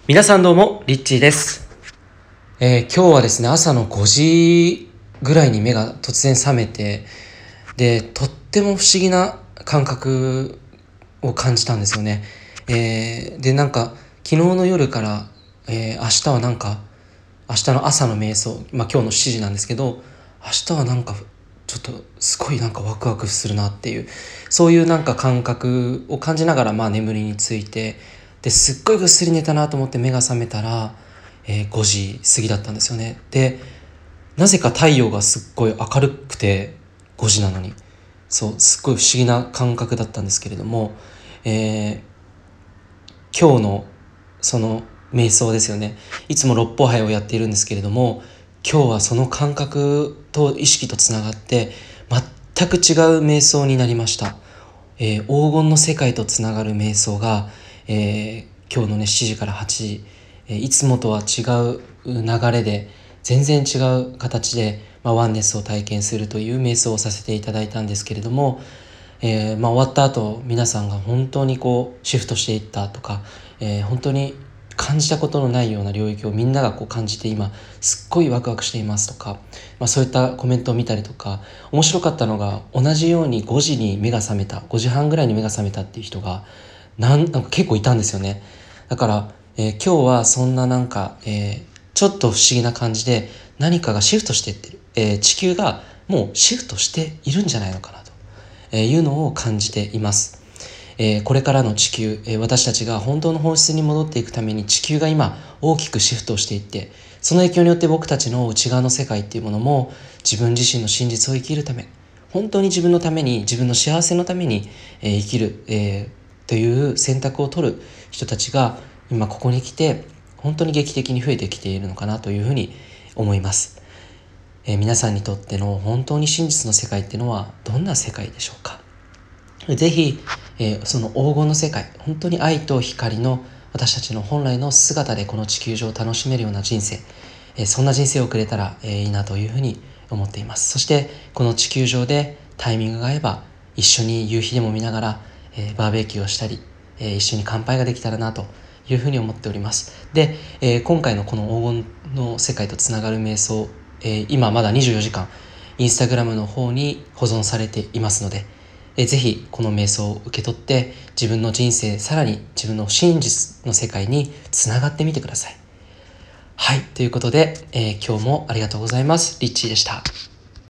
皆さんどうも、リッチーです。今日はですね、朝の5時ぐらいに目が突然覚めて、で、とっても不思議な感覚を感じたんですよね。で、昨日の夜から、明日は明日の朝の瞑想、今日の7時なんですけど、明日はちょっとすごいワクワクするなっていう、そういう感覚を感じながら眠りについて、ですっごいぐっすり寝たなと思って目が覚めたら、5時過ぎだったんですよね。で、なぜか太陽がすっごい明るくて、5時なのにすっごい不思議な感覚だったんですけれども、今日のその瞑想ですよね。いつも六歩杯をやっているんですけれども、今日はその感覚と意識とつながって全く違う瞑想になりました。黄金の世界とつながる瞑想が、今日のね7時から8時、いつもとは違う流れで全然違う形で、ワンネスを体験するという瞑想をさせていただいたんですけれども、終わった後皆さんが本当にシフトしていったとか、本当に感じたことのないような領域をみんなが感じて今すっごいワクワクしていますとか、そういったコメントを見たりとか、面白かったのが同じように5時に目が覚めた、5時半ぐらいに目が覚めたっていう人がなんか結構いたんですよね。だから、今日はそんなちょっと不思議な感じで何かがシフトしていってる、地球がもうシフトしているんじゃないのかなというのを感じています。これからの地球、私たちが本当の本質に戻っていくために地球が今大きくシフトをしていって、その影響によって僕たちの内側の世界っていうものも自分自身の真実を生きるため、本当に自分のために、自分の幸せのために、生きる、という選択を取る人たちが今ここに来て本当に劇的に増えてきているのかなというふうに思います。皆さんにとっての本当に真実の世界っていうのはどんな世界でしょうか。ぜひ、その黄金の世界、本当に愛と光の私たちの本来の姿でこの地球上を楽しめるような人生、そんな人生をくれたら、いいなというふうに思っています。そしてこの地球上でタイミングが合えば一緒に夕日でも見ながら、バーベキューをしたり、一緒に乾杯ができたらなというふうに思っております。で、今回のこの黄金の世界とつながる瞑想、今まだ24時間インスタグラムの方に保存されていますので、ぜひこの瞑想を受け取って自分の人生、さらに自分の真実の世界につながってみてください。はい、ということで、今日もありがとうございます。リッチーでした。